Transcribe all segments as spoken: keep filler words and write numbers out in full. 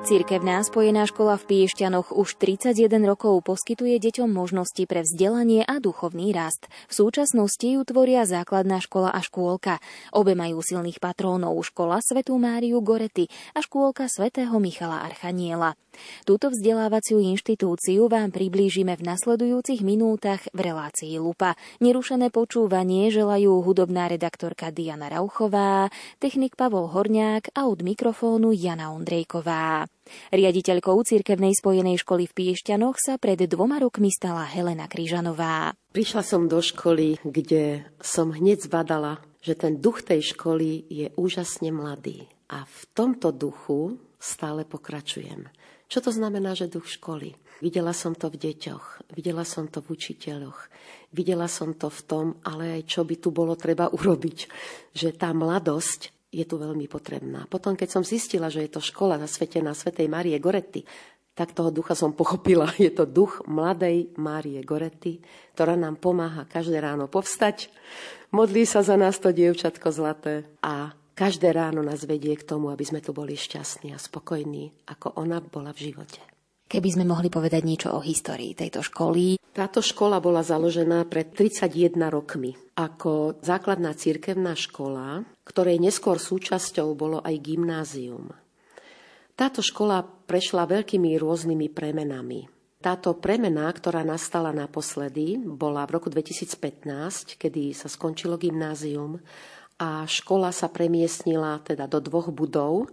Cirkevná spojená škola v Piešťanoch už tridsaťjeden rokov poskytuje deťom možnosti pre vzdelanie a duchovný rast. V súčasnosti ju tvoria základná škola a škôlka. Obe majú silných patrónov, škola svätú Máriu Goretti a škôlka svätého Michala Archaniela. Túto vzdelávaciu inštitúciu vám priblížime v nasledujúcich minútach v relácii Lupa. Nerušené počúvanie želajú hudobná redaktorka Diana Rauchová, technik Pavol Horňák a od mikrofónu Jana Ondrejková. Riaditeľkou Cirkevnej spojenej školy v Piešťanoch sa pred dvoma rokmi stala Helena Kryžanová. Prišla som do školy, kde som hneď zbadala, že ten duch tej školy je úžasne mladý. A v tomto duchu stále pokračujem. Čo to znamená, že duch školy? Videla som to v deťoch, videla som to v učiteľoch, videla som to v tom, ale aj čo by tu bolo treba urobiť, že tá mladosť je tu veľmi potrebná. Potom, keď som zistila, že je to škola zasvetená svätej Márie Goretti, tak toho ducha som pochopila. Je to duch mladej Márie Goretti, ktorá nám pomáha každé ráno povstať. Modlí sa za nás to dievčatko zlaté a každé ráno nás vedie k tomu, aby sme tu boli šťastní a spokojní, ako ona bola v živote. Keby sme mohli povedať niečo o histórii tejto školy. Táto škola bola založená pred tridsaťjeden rokmi ako základná cirkevná škola, ktorej neskôr súčasťou bolo aj gymnázium. Táto škola prešla veľkými rôznymi premenami. Táto premena, ktorá nastala naposledy, bola v roku dvetisícpätnásť, kedy sa skončilo gymnázium a škola sa premiestnila teda do dvoch budov,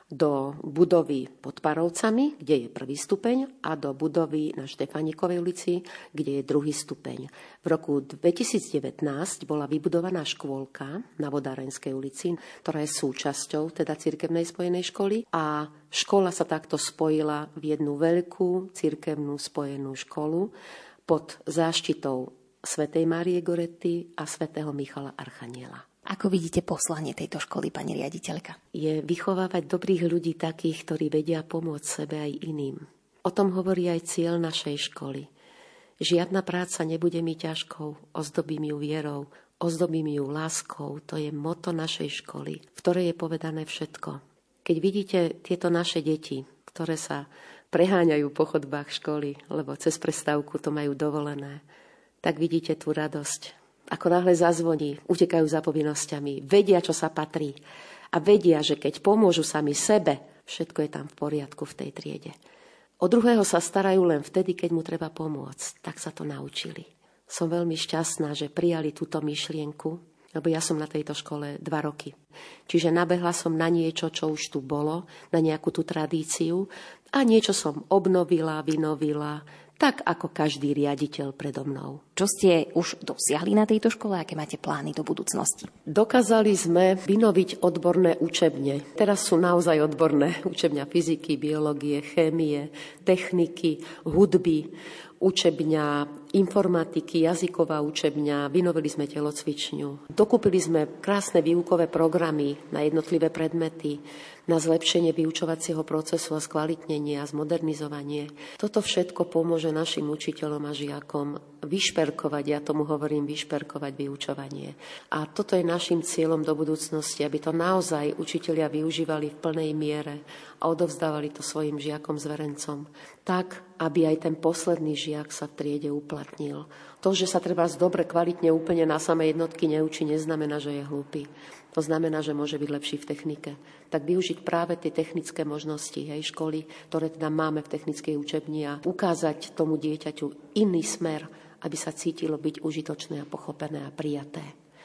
do budovy pod Parovcami, kde je prvý stupeň, a do budovy na Štefánikovej ulici, kde je druhý stupeň. V roku dvetisícdevätnásť bola vybudovaná škôlka na Vodárenskej ulici, ktorá je súčasťou teda Cirkevnej spojenej školy, a škola sa takto spojila v jednu veľkú cirkevnú spojenú školu pod záštitou svätej Márie Goretti a svätého Michala Archaniela. Ako vidíte poslanie tejto školy, pani riaditeľka? Je vychovávať dobrých ľudí, takých, ktorí vedia pomôcť sebe aj iným. O tom hovorí aj cieľ našej školy. Žiadna práca nebude mi ťažkou, ozdobím ju vierou, ozdobím ju láskou. To je motto našej školy, v ktorej je povedané všetko. Keď vidíte tieto naše deti, ktoré sa preháňajú po chodbách školy, lebo cez prestávku to majú dovolené, tak vidíte tú radosť. Ako náhle zazvoní, utekajú za povinnosťami, vedia, čo sa patrí a vedia, že keď pomôžu sami sebe, všetko je tam v poriadku v tej triede. O druhého sa starajú len vtedy, keď mu treba pomôcť. Tak sa to naučili. Som veľmi šťastná, že prijali túto myšlienku, lebo ja som na tejto škole dva roky. Čiže nabehla som na niečo, čo už tu bolo, na nejakú tú tradíciu a niečo som obnovila, vynovila, tak ako každý riaditeľ predo mnou. Čo ste už dosiahli na tejto škole? Aké máte plány do budúcnosti? Dokázali sme vynoviť odborné učebne. Teraz sú naozaj odborné učebňa fyziky, biológie, chémie, techniky, hudby, učebňa informatiky, jazyková učebňa, vynovili sme telocvičňu. Dokúpili sme krásne výukové programy na jednotlivé predmety, na zlepšenie vyučovacieho procesu a skvalitnenie a zmodernizovanie. Toto všetko pomôže našim učiteľom a žiakom vyšperkovať, ja tomu hovorím vyšperkovať vyučovanie. A toto je našim cieľom do budúcnosti, aby to naozaj učitelia využívali v plnej miere a odovzdávali to svojim žiakom, zverencom, tak, aby aj ten posledný žiak sa v triede uplatnil. To, že sa treba dobre, kvalitne, úplne na samé jednotky neučí, neznamená, že je hlúpy. To znamená, že môže byť lepší v technike. Tak využiť práve tie technické možnosti, hej, školy, ktoré teda máme v technickej učebni, a ukázať tomu dieťaťu iný smer, aby sa cítilo byť užitočné a pochopené a prijaté.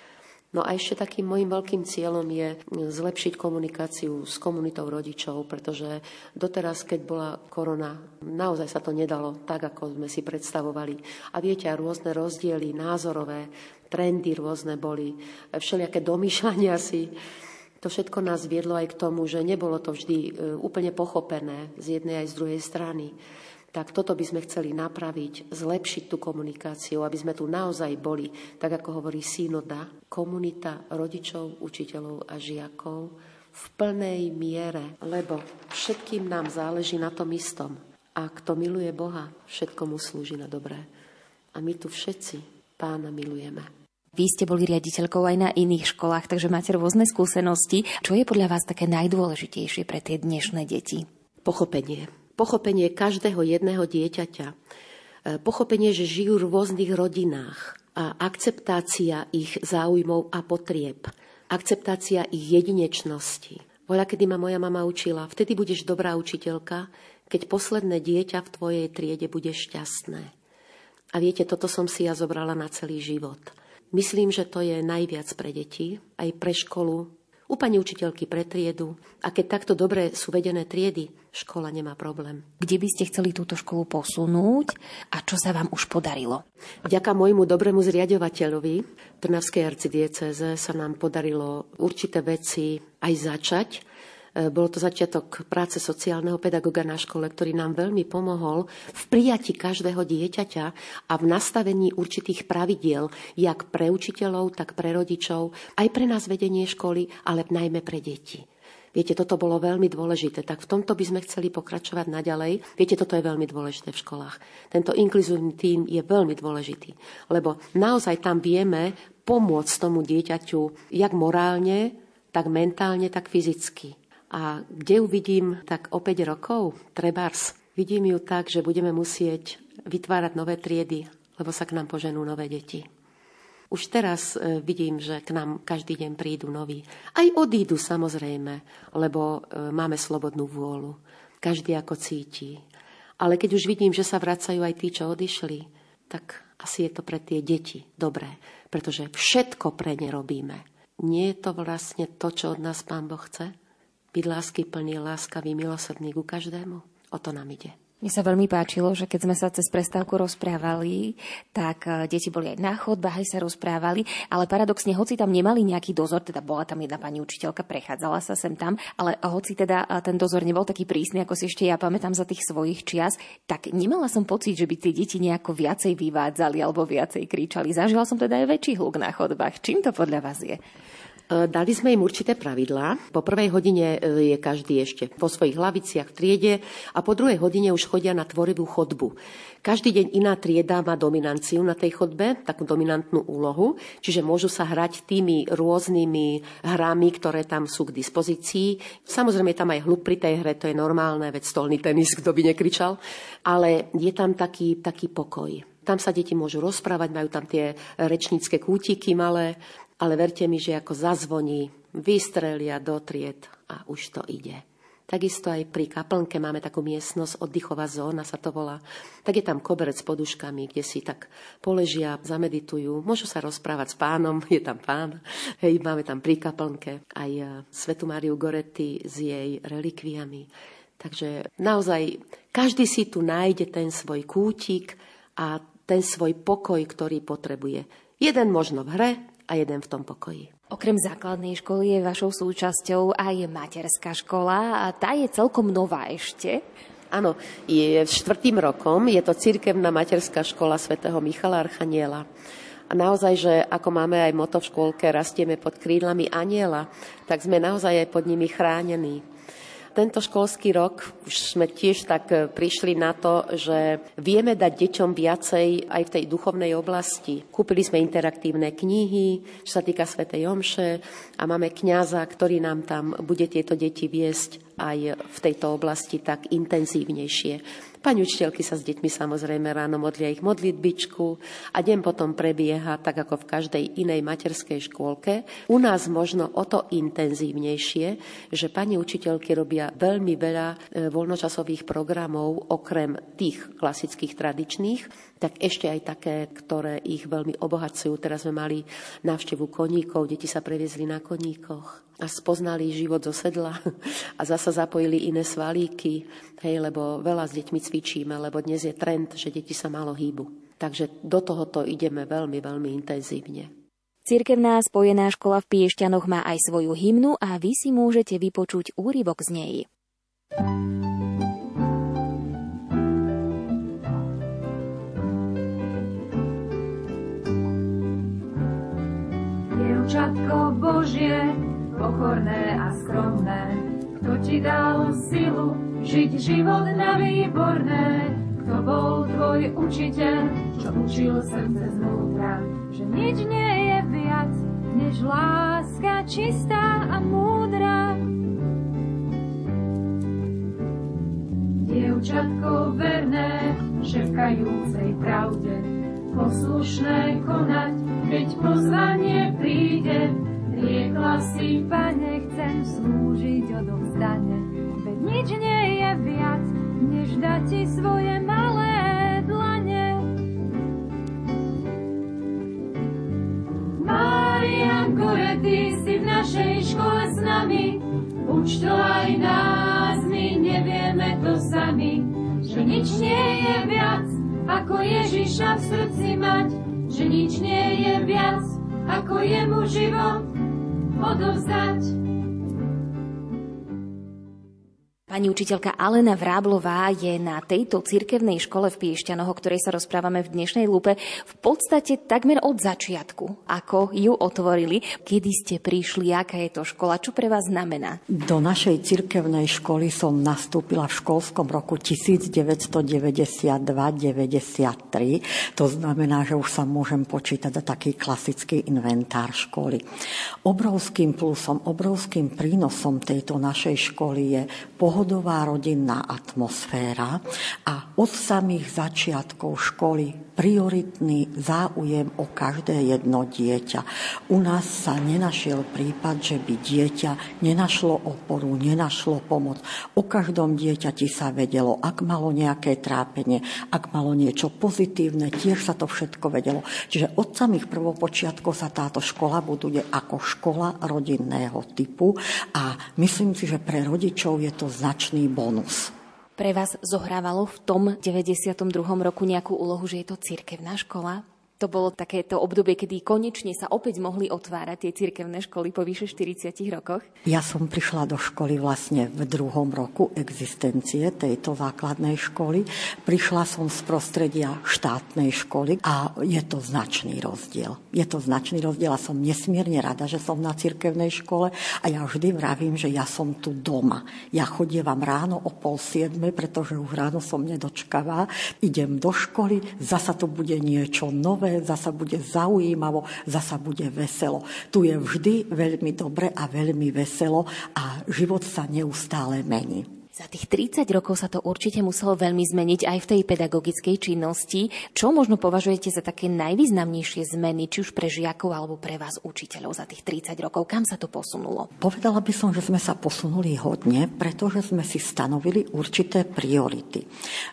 No a ešte takým môjim veľkým cieľom je zlepšiť komunikáciu s komunitou rodičov, pretože doteraz, keď bola korona, naozaj sa to nedalo tak, ako sme si predstavovali. A viete, a rôzne rozdiely, názorové, trendy rôzne boli, všelijaké domýšľania si. To všetko nás viedlo aj k tomu, že nebolo to vždy úplne pochopené z jednej aj z druhej strany. Tak toto by sme chceli napraviť, zlepšiť tú komunikáciu, aby sme tu naozaj boli, tak ako hovorí synoda, komunita rodičov, učiteľov a žiakov v plnej miere, lebo všetkým nám záleží na tom istom. A kto miluje Boha, všetko mu slúži na dobré. A my tu všetci Pána milujeme. Vy ste boli riaditeľkou aj na iných školách, takže máte rôzne skúsenosti. Čo je podľa vás také najdôležitejšie pre tie dnešné deti? Pochopenie. Pochopenie každého jedného dieťaťa. Pochopenie, že žijú v rôznych rodinách a akceptácia ich záujmov a potrieb. Akceptácia ich jedinečnosti. Voľa, kedy ma moja mama učila, vtedy budeš dobrá učiteľka, keď posledné dieťa v tvojej triede bude šťastné. A viete, toto som si ja zobrala na celý život. Myslím, že to je najviac pre deti, aj pre školu, u pani učiteľky pre triedu. A keď takto dobre sú vedené triedy, škola nemá problém. Kde by ste chceli túto školu posunúť a čo sa vám už podarilo? Vďaka môjmu dobrému zriaďovateľovi Trnavskej arcidiecéze sa nám podarilo určité veci aj začať. Bolo to začiatok práce sociálneho pedagoga na škole, ktorý nám veľmi pomohol v prijati každého dieťaťa a v nastavení určitých pravidiel, jak pre učiteľov, tak pre rodičov, aj pre nás vedenie školy, ale najmä pre deti. Viete, toto bolo veľmi dôležité, tak v tomto by sme chceli pokračovať naďalej. Viete, toto je veľmi dôležité v školách. Tento inkluzívny tím je veľmi dôležitý, lebo naozaj tam vieme pomôcť tomu dieťaťu jak morálne, tak mentálne, tak fyzicky. A kde ju vidím tak o päť rokov? Trebárs. Vidím ju tak, že budeme musieť vytvárať nové triedy, lebo sa k nám poženú nové deti. Už teraz vidím, že k nám každý deň prídu noví. Aj odídu samozrejme, lebo máme slobodnú vôľu. Každý ako cíti. Ale keď už vidím, že sa vracajú aj tí, čo odišli, tak asi je to pre tie deti dobré, pretože všetko pre ne robíme. Nie je to vlastne to, čo od nás Pán Boh chce? Byť láskyplný, láskavý, milosrdný ku každému. O to nám ide. Mne sa veľmi páčilo, že keď sme sa cez prestávku rozprávali, tak deti boli aj na chodbách, aj sa rozprávali, ale paradoxne, hoci tam nemali nejaký dozor, teda bola tam jedna pani učiteľka, prechádzala sa sem tam, ale hoci teda ten dozor nebol taký prísny, ako si ešte ja pamätám za tých svojich čias, tak nemala som pocit, že by tie deti nejako viacej vyvádzali alebo viacej kričali. Zažila som teda aj väčší hluk na chodbách. Čím to podľa vás je? Dali sme im určité pravidlá. Po prvej hodine je každý ešte po svojich laviciach v triede a po druhej hodine už chodia na tvorivú chodbu. Každý deň iná trieda má dominanciu na tej chodbe, takú dominantnú úlohu, čiže môžu sa hrať tými rôznymi hrami, ktoré tam sú k dispozícii. Samozrejme je tam aj hluk pri tej hre, to je normálne, veď stolný tenis, kto by nekričal, ale je tam taký, taký pokoj. Tam sa deti môžu rozprávať, majú tam tie rečnícke kútiky malé, ale verte mi, že ako zazvoní, vystrelia do tried a už to ide. Takisto aj pri kaplnke máme takú miestnosť, oddychová zóna sa to volá. Tak je tam koberec s poduškami, kde si tak poležia, zameditujú, môžu sa rozprávať s Pánom, je tam Pán. Hej, máme tam pri kaplnke aj Svätú Máriu Goretti s jej relikviami. Takže naozaj každý si tu nájde ten svoj kútik a ten svoj pokoj, ktorý potrebuje. Jeden možno v hre, a jeden v tom pokoji. Okrem základnej školy je vašou súčasťou aj materská škola a tá je celkom nová ešte. Áno, je štvrtým rokom, je to cirkevná materská škola svätého Michala Archaniela. A naozaj, že ako máme aj moto v škôlke, rastieme pod krídlami anjela, tak sme naozaj aj pod nimi chránení. Tento školský rok už sme tiež tak prišli na to, že vieme dať deťom viacej aj v tej duchovnej oblasti. Kúpili sme interaktívne knihy, čo sa týka svätej omše a máme kňaza, ktorý nám tam bude tieto deti viesť aj v tejto oblasti tak intenzívnejšie. Pani učiteľky sa s deťmi samozrejme ráno modlia ich modlitbičku a deň potom prebieha tak ako v každej inej materskej škôlke. U nás možno o to intenzívnejšie, že pani učiteľky robia veľmi veľa voľnočasových programov okrem tých klasických tradičných, tak ešte aj také, ktoré ich veľmi obohacujú. Teraz sme mali návštevu koníkov, deti sa previezli na koníkoch a spoznali život zo sedla a zasa zapojili iné svalíky, hej, lebo veľa s deťmi cvičíme, lebo dnes je trend, že deti sa málo hýbu. Takže do tohoto ideme veľmi, veľmi intenzívne. Cirkevná spojená škola v Piešťanoch má aj svoju hymnu a vy si môžete vypočuť úryvok z nej. Dievčatko Božie, pokorné a skromné, kto ti dal silu žiť život na výborné, kto bol tvoj učiteľ, čo učil srdce znútra, že nič nie je viac, než láska čistá a múdra. dievčatko verné, šepkajúcej pravde, poslušné konať, keď pozvanie príde. Riekla si, Pane, chcem slúžiť odovzdane, veď nič nie je viac, než dať ti svoje malé dlane. Mária Goretti, si v našej škole s nami, uč to aj nás, my nevieme to sami, že nič nie je viac, ako Ježiša v srdci mať, že nič nie je viac, ako jemu život odovzdať. Pani učiteľka Alena Vráblová je na tejto cirkevnej škole v Piešťanoch, o ktorej sa rozprávame v dnešnej lupe, v podstate takmer od začiatku, ako ju otvorili. Kedy ste prišli, aká je to škola, čo pre vás znamená? Do našej cirkevnej školy som nastúpila v školskom roku devätnásťstodeväťdesiatdva deväťdesiattri. To znamená, že už sa môžem počítať za taký klasický inventár školy. Obrovským plusom, obrovským prínosom tejto našej školy je pohodlná pohodová rodinná atmosféra a od samých začiatkov školy prioritný záujem o každé jedno dieťa. U nás sa nenašiel prípad, že by dieťa nenašlo oporu, nenašlo pomoc. O každom dieťati sa vedelo, ak malo nejaké trápenie, ak malo niečo pozitívne, tiež sa to všetko vedelo. Čiže od samých prvopočiatkov sa táto škola buduje ako škola rodinného typu a myslím si, že pre rodičov je to značný bonus. Pre vás zohrávalo v tom deväťdesiatom druhom roku nejakú úlohu, že je to cirkevná škola? To bolo takéto obdobie, kedy konečne sa opäť mohli otvárať tie cirkevné školy po vyše štyridsiatich rokoch? Ja som prišla do školy vlastne v druhom roku existencie tejto základnej školy. Prišla som z prostredia štátnej školy a je to značný rozdiel. Je to značný rozdiel a som nesmierne rada, že som na cirkevnej škole a ja vždy vravím, že ja som tu doma. Ja chodievam ráno o pol siedmej, pretože už ráno som nedočkavá. Idem do školy, zasa to bude niečo nové, zasa bude zaujímavo, zasa bude veselo. Tu je vždy veľmi dobre a veľmi veselo a život sa neustále mení. Za tých tridsať rokov sa to určite muselo veľmi zmeniť aj v tej pedagogickej činnosti. Čo možno považujete za také najvýznamnejšie zmeny, či už pre žiakov alebo pre vás učiteľov za tých tridsať rokov? Kam sa to posunulo? Povedala by som, že sme sa posunuli hodne, pretože sme si stanovili určité priority.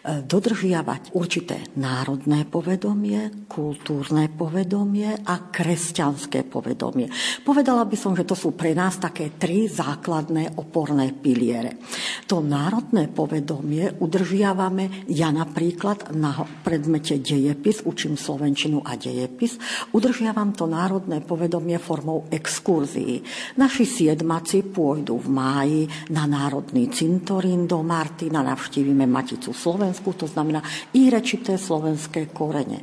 Dodržiavať určité národné povedomie, kultúrne povedomie a kresťanské povedomie. Povedala by som, že to sú pre nás také tri základné oporné piliere. To národné povedomie udržiavame, ja napríklad na predmete dejepis, učím slovenčinu a dejepis, udržiavam to národné povedomie formou exkurzií. Naši siedmaci pôjdu v máji na národný cintorín do Martina, navštívime Maticu Slovensku, to znamená i rečité slovenské korene.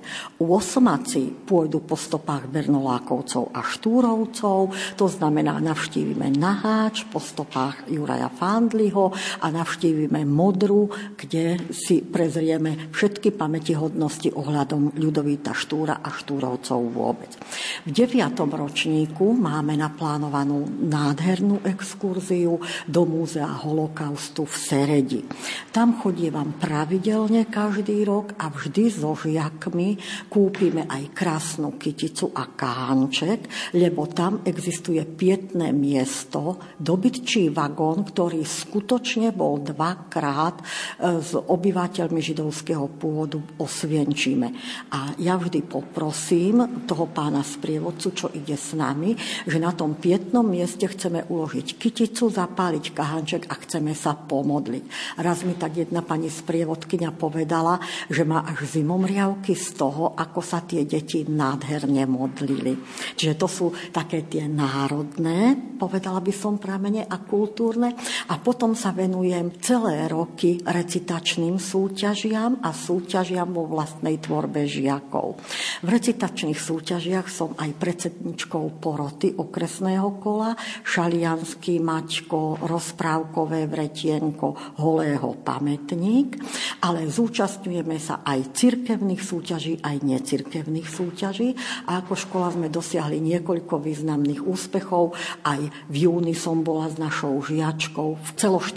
Osmaci pôjdu po stopách Bernolákovcov a Štúrovcov, to znamená navštívime Naháč po stopách Juraja Fandliho a navštívime Modru, kde si prezrieme všetky pamätihodnosti ohľadom Ľudovíta Štúra a Štúrovcov vôbec. V deviatom ročníku máme naplánovanú nádhernú exkurziu do Múzea holokaustu v Seredi. Tam chodievam pravidelne každý rok a vždy so žiakmi kúpime aj krásnu kyticu a kánček, lebo tam existuje pietné miesto, dobytčí vagón, ktorý skutočne bol dvakrát s obyvateľmi židovského pôvodu Osvienčime. A ja vždy poprosím toho pána sprievodcu, čo ide s nami, že na tom pietnom mieste chceme uložiť kyticu, zapáliť kahanček a chceme sa pomodliť. Raz mi tak jedna pani sprievodkyňa povedala, že má až zimomriavky z toho, ako sa tie deti nádherne modlili. Čiže to sú také tie národné, povedala by som pramene, a kultúrne. A potom sa venujem celé roky recitačným súťažiam a súťažiam vo vlastnej tvorbe žiakov. V recitačných súťažiach som aj predsedničkou poroty okresného kola, Šaliansky Mačko, rozprávkové vretienko, Holého pamätník, ale zúčastňujeme sa aj cirkevných súťaží, aj necirkevných súťaží a ako škola sme dosiahli niekoľko významných úspechov. Aj v júni som bola s našou žiačkou v celoštátnom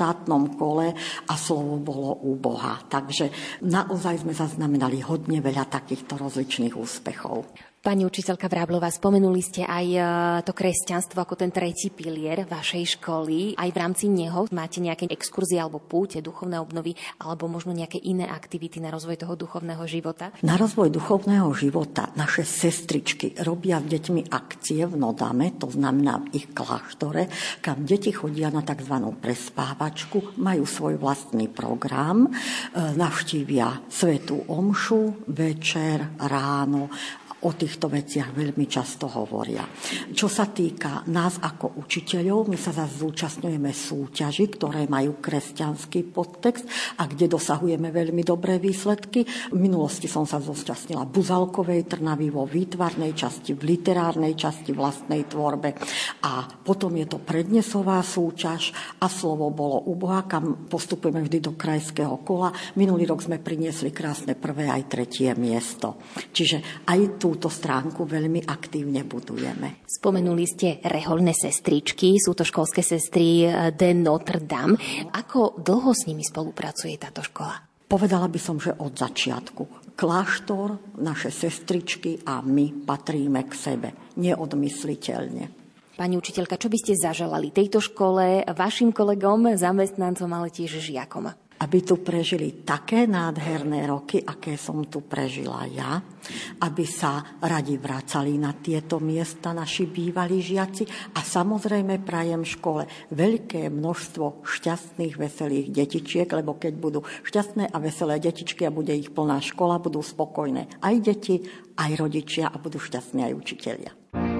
prvom kole a slovo bolo u Boha. Takže naozaj sme zaznamenali hodne veľa takýchto rozličných úspechov. Pani učiteľka Vráblová, spomenuli ste aj to kresťanstvo ako ten tretí pilier vašej školy. Aj v rámci neho máte nejaké exkurzie alebo púte, duchovné obnovy, alebo možno nejaké iné aktivity na rozvoj toho duchovného života? Na rozvoj duchovného života naše sestričky robia s deťmi akcie v Nodame, to znamená v ich kláštore, kam deti chodia na tzv. Prespávačku, majú svoj vlastný program, navštívia svätú omšu, večer, ráno. O týchto veciach veľmi často hovoria. Čo sa týka nás ako učiteľov, my sa zase zúčastňujeme súťaži, ktoré majú kresťanský podtext a kde dosahujeme veľmi dobré výsledky. V minulosti som sa zúčastnila v Buzalkovej Trnavi, vo výtvarnej časti, v literárnej časti, vlastnej tvorbe. A potom je to prednesová súťaž a slovo bolo u Boha, kam postupujeme vždy do krajského kola. Minulý rok sme priniesli krásne prvé aj tretie miesto. Čiže aj tu túto stránku veľmi aktívne budujeme. Spomenuli ste rehoľné sestričky, sú to školské sestry de Notre Dame. Ako dlho s nimi spolupracuje táto škola? Povedala by som, že od začiatku. Kláštor, naše sestričky a my patríme k sebe. Neodmysliteľne. Pani učiteľka, čo by ste zaželali tejto škole, vašim kolegom, zamestnancom, ale tiež žiakom? Aby tu prežili také nádherné roky, aké som tu prežila ja, aby sa radi vracali na tieto miesta naši bývalí žiaci a samozrejme prajem škole veľké množstvo šťastných, veselých detičiek, lebo keď budú šťastné a veselé detičky a bude ich plná škola, budú spokojné aj deti, aj rodičia a budú šťastní aj učitelia.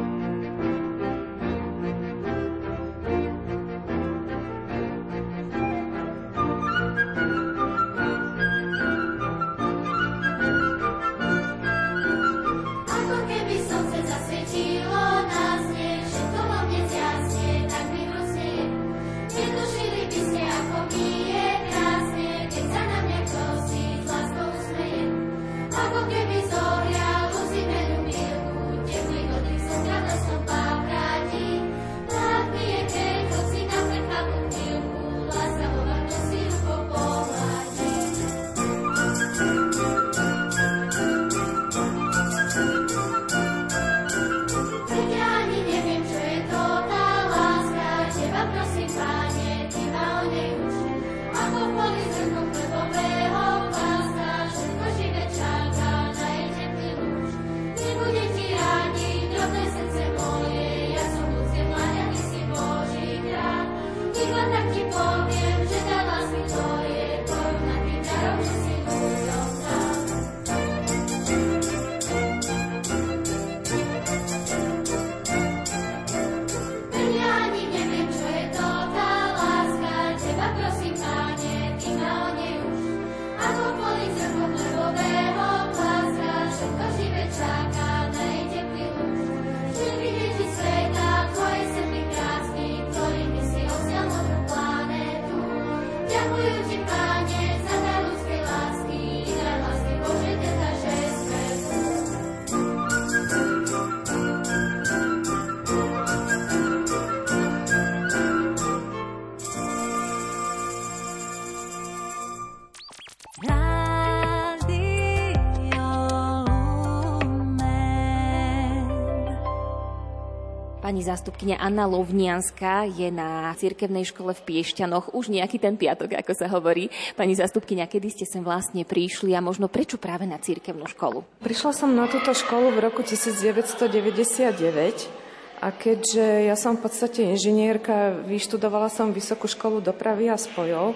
Pani zástupkyňa Anna Lovnianská je na cirkevnej škole v Piešťanoch už nejaký ten piatok, ako sa hovorí. Pani zástupkyňa, kedy ste sem vlastne prišli a možno prečo práve na cirkevnú školu? Prišla som na túto školu v roku devätnásťstodeväťdesiatdeväť a keďže ja som v podstate inžinierka, vyštudovala som Vysokú školu dopravy a spojov,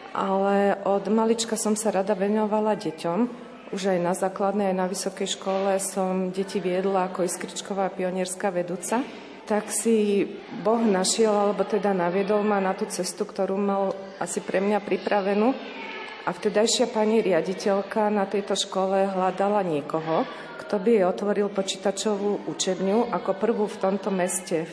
ale od malička som sa rada venovala deťom. Už aj na základnej, aj na vysokej škole som deti viedla ako iskričková pionierská vedúca. Tak si Boh našiel, alebo teda naviedol ma na tú cestu, ktorú mal asi pre mňa pripravenú. A vtedajšia pani riaditeľka na tejto škole hľadala niekoho, kto by jej otvoril počítačovú učebňu ako prvú v tomto meste, v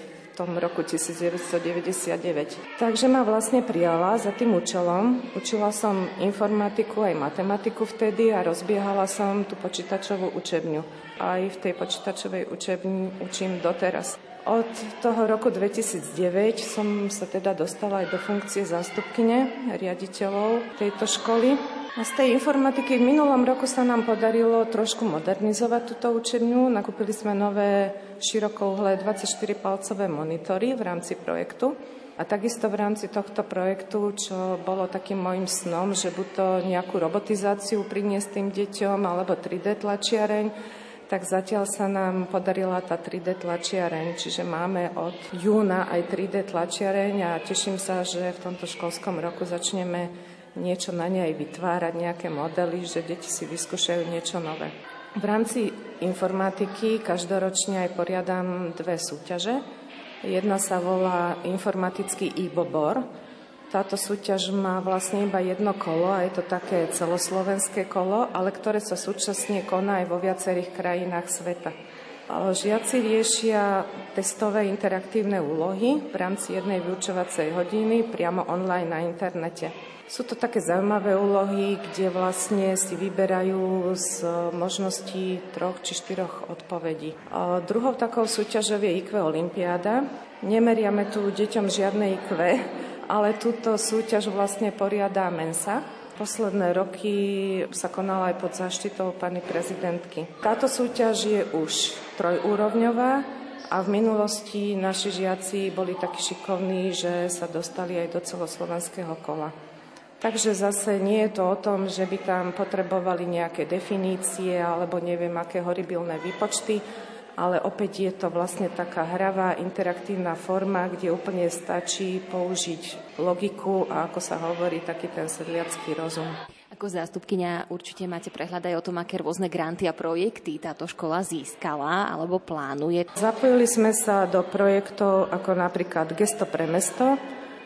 tom roku devätnásťstodeväťdesiatdeväť. Takže ma vlastne prijala za tým účelom. Učila som informatiku aj matematiku vtedy a rozbiehala som tú počítačovú učebňu. Aj v tej počítačovej učebni učím doteraz. Od toho roku dvetisícdeväť som sa teda dostala aj do funkcie zástupkyne riaditeľov tejto školy. A z tej informatiky v minulom roku sa nám podarilo trošku modernizovať túto učebňu. Nakúpili sme nové širokouhlé dvadsaťštyri-palcové monitory v rámci projektu. A takisto v rámci tohto projektu, čo bolo takým môjim snom, že buď to nejakú robotizáciu priniesť tým deťom, alebo tri dé tlačiareň, tak zatiaľ sa nám podarila tá tri dé tlačiareň, čiže máme od júna aj tri dé tlačiareň a teším sa, že v tomto školskom roku začneme niečo na nej vytvárať, nejaké modely, že deti si vyskúšajú niečo nové. V rámci informatiky každoročne aj poriadam dve súťaže. Jedna sa volá informatický e-bobor. Táto súťaž má vlastne iba jedno kolo a je to také celoslovenské kolo, ale ktoré sa súčasne koná aj vo viacerých krajinách sveta. Žiaci riešia testové interaktívne úlohy v rámci jednej vyučovacej hodiny priamo online na internete. Sú to také zaujímavé úlohy, kde vlastne si vyberajú z možností troch či štyroch odpovedí. A druhou takou súťažou je í kvé Olympiáda. Nemeriame tu deťom žiadne í kvé, ale túto súťaž vlastne poriadá Mensa. Posledné roky sa konala aj pod záštitou pani prezidentky. Táto súťaž je už trojúrovňová a v minulosti naši žiaci boli takí šikovní, že sa dostali aj do celoslovenského kola. Takže zase nie je to o tom, že by tam potrebovali nejaké definície alebo neviem aké horibilné výpočty, ale opäť je to vlastne taká hravá, interaktívna forma, kde úplne stačí použiť logiku a ako sa hovorí, taký ten sedliacky rozum. Ako zástupkyňa určite máte prehľad aj o tom, aké rôzne granty a projekty táto škola získala alebo plánuje. Zapojili sme sa do projektov ako napríklad Gesto pre mesto.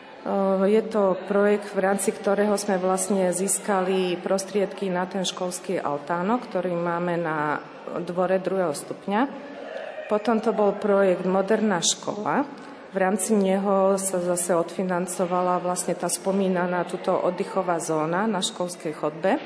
Je to projekt, v rámci ktorého sme vlastne získali prostriedky na ten školský altánok, ktorý máme na dvore druhého stupňa. Potom to bol projekt Moderná škola. V rámci neho sa zase odfinancovala vlastne tá spomínaná túto oddychová zóna na školskej chodbe.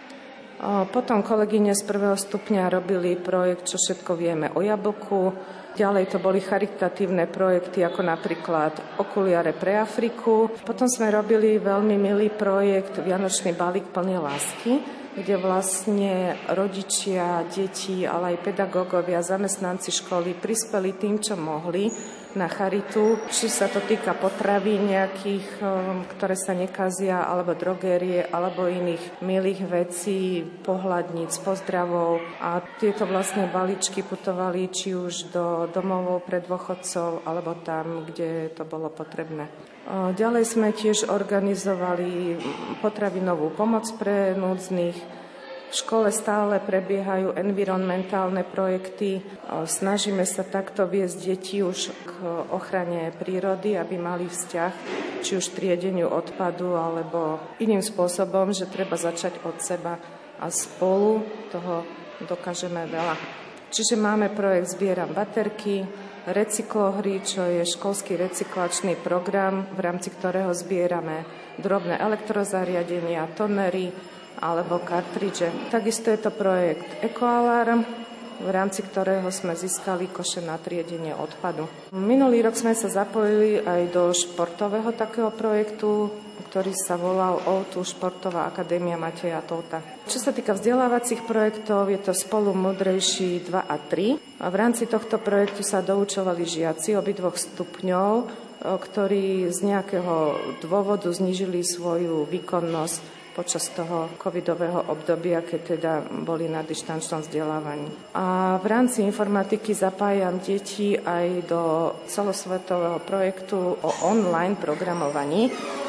Potom kolegyne z prvého stupňa robili projekt Čo všetko vieme o jablku. Ďalej to boli charitatívne projekty ako napríklad Okuliare pre Afriku. Potom sme robili veľmi milý projekt Vianočný balík plný lásky, kde vlastne rodičia, deti, ale aj pedagógovia, zamestnanci školy prispeli tým, čo mohli na charitu. Či sa to týka potravín nejakých, ktoré sa nekazia, alebo drogérie, alebo iných milých vecí, pohľadníc, pozdravov. A tieto vlastne balíčky putovali či už do domovov pre dôchodcov, alebo tam, kde to bolo potrebné. Ďalej sme tiež organizovali potravinovú pomoc pre núdznych. V škole stále prebiehajú environmentálne projekty. Snažíme sa takto viesť deti už k ochrane prírody, aby mali vzťah či už triedeniu odpadu alebo iným spôsobom, že treba začať od seba a spolu toho dokážeme veľa. Čiže máme projekt Zbieram baterky, recyklohry, čo je školský recyklačný program, v rámci ktorého zbierame drobné elektrozariadenia, tonery alebo kartridže. Takisto je to projekt Ekoalarm, v rámci ktorého sme získali koše na triedenie odpadu. Minulý rok sme sa zapojili aj do športového takého projektu, ktorý sa volal ó dva Športová akadémia Mateja Tóta. Čo sa týka vzdelávacích projektov, je to Spolu múdrejší dva a tri. A v rámci tohto projektu sa doučovali žiaci obidvoch stupňov, ktorí z nejakého dôvodu znížili svoju výkonnosť počas toho covidového obdobia, keď teda boli na dištančnom vzdelávaní. A v rámci informatiky zapájam deti aj do celosvetového projektu o online programovaní.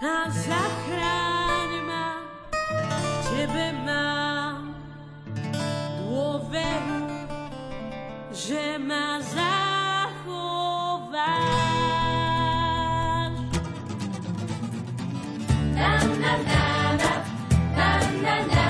a zachráň ma, v tebe mám dôveru, že ma zachováš. Na, na, na, na, na, na, na.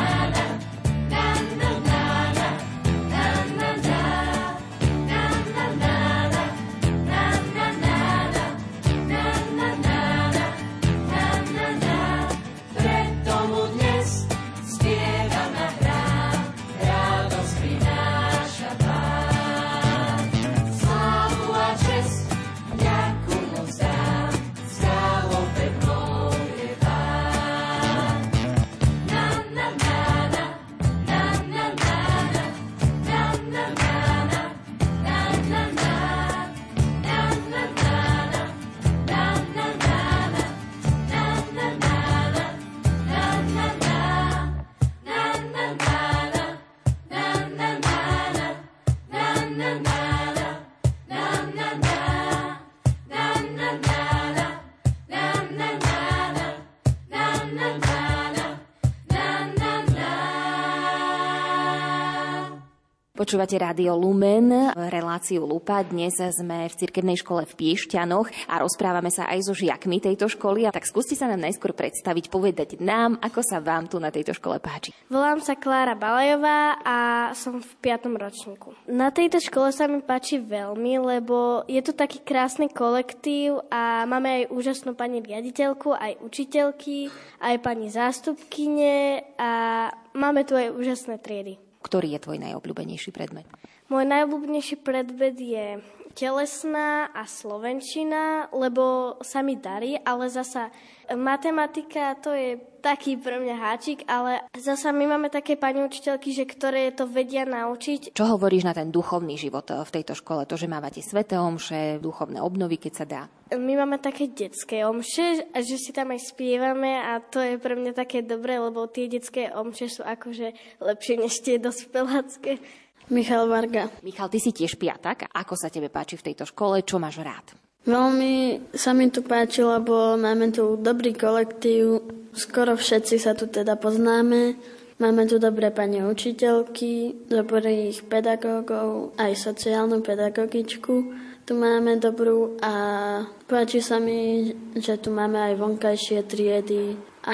Počúvate Rádio Lumen, reláciu Lupa. Dnes sme v cirkevnej škole v Piešťanoch a rozprávame sa aj so žiakmi tejto školy. A tak skúste sa nám najskôr predstaviť, povedať nám, ako sa vám tu na tejto škole páči. Volám sa Klára Balajová a som v piatom ročníku. Na tejto škole sa mi páči veľmi, lebo je tu taký krásny kolektív a máme aj úžasnú pani riaditeľku, aj učiteľky, aj pani zástupkyne a máme tu aj úžasné triedy. Ktorý je tvoj najobľúbenejší predmet? Môj najobľúbenejší predmet je telesná a slovenčina, lebo sa mi darí, ale zasa matematika to je taký pre mňa háčik, ale zasa my máme také pani učiteľky, že ktoré to vedia naučiť. Čo hovoríš na ten duchovný život v tejto škole? To, že mávate sväté omše, duchovné obnovy, keď sa dá? My máme také detské omše, a že si tam aj spievame a to je pre mňa také dobré, lebo tie detské omše sú akože lepšie než tie dospelácké. Michal Varga. Michal, ty si tiež piatak. Ako sa tebe páči v tejto škole? Čo máš rád? Veľmi sa mi tu páči, lebo máme tu dobrý kolektív. Skoro všetci sa tu teda poznáme. Máme tu dobré pani učiteľky, dobrých pedagógov, aj sociálnu pedagogičku. Tu máme dobrú a páči sa mi, že tu máme aj vonkajšie triedy a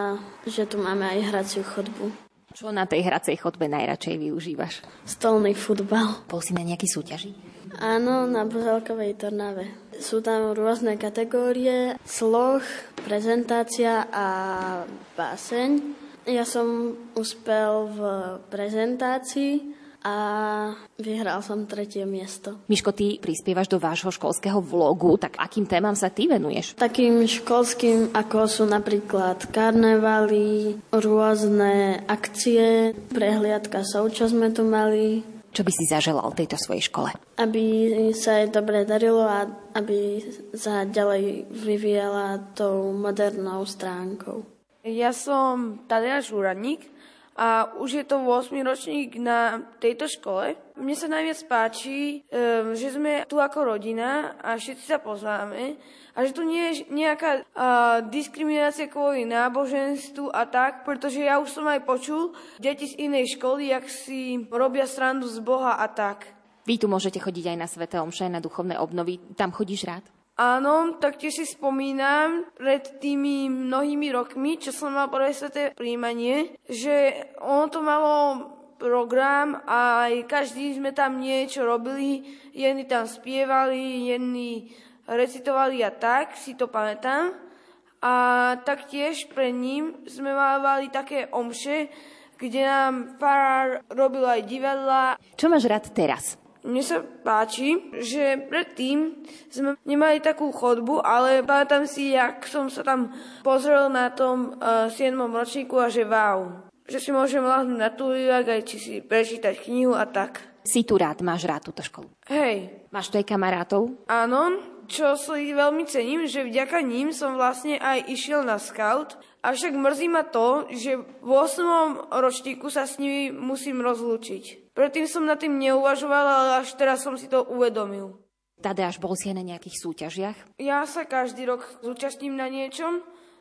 že tu máme aj hraciu chodbu. Čo na tej hracej chodbe najradšej využívaš? Stolný futbal. Bol si na nejaký súťaži? Áno, na Boželkovej Tornave. Sú tam rôzne kategórie, sloh, prezentácia a báseň. Ja som uspel v prezentácii a vyhral som tretie miesto. Miško, ty prispievaš do vášho školského vlogu, tak akým témam sa ty venuješ? Takým školským, ako sú napríklad karnevaly, rôzne akcie, prehliadka sov, čo sme tu mali. Čo by si zaželal tejto svojej škole? Aby sa jej dobre darilo a aby sa ďalej vyvíjala tou modernou stránkou. Ja som Tadeáš Úradník a už je to ôsmy ročník na tejto škole. Mne sa najviac páči, že sme tu ako rodina a všetci sa poznáme a že tu nie je nejaká diskriminácia kvôli náboženstvu a tak, pretože ja už som aj počul deti z inej školy, jak si robia srandu z Boha a tak. Vy tu môžete chodiť aj na sväté omše, na duchovné obnovy. Tam chodíš rád? Áno, taktiež si spomínam pred tými mnohými rokmi, čo som mal prvé sväté prijímanie, že ono to malo program a aj každý sme tam niečo robili, jedni tam spievali, jedni recitovali a tak, si to pamätám. A taktiež pred ním sme mávali také omše, kde nám farár robil aj divadla. Čo máš rád teraz? Mne sa páči, že predtým sme nemali takú chodbu, ale pamätám si, jak som sa tam pozrel na tom uh, siedmom ročníku a že wow, že si môžem láhnuť na tulivák aj či si prečítať knihu a tak. Si tu rád, máš rád túto školu? Hej. Máš tu aj kamarátov? Áno, čo si veľmi cením, že vďaka ním som vlastne aj išiel na scout, avšak mrzí ma to, že v ôsmom ročníku sa s nimi musím rozlúčiť. Predtým som nad tým neuvažoval, ale až teraz som si to uvedomil. Tadeáš, bol si aj na nejakých súťažiach? Ja sa každý rok zúčastním na niečom.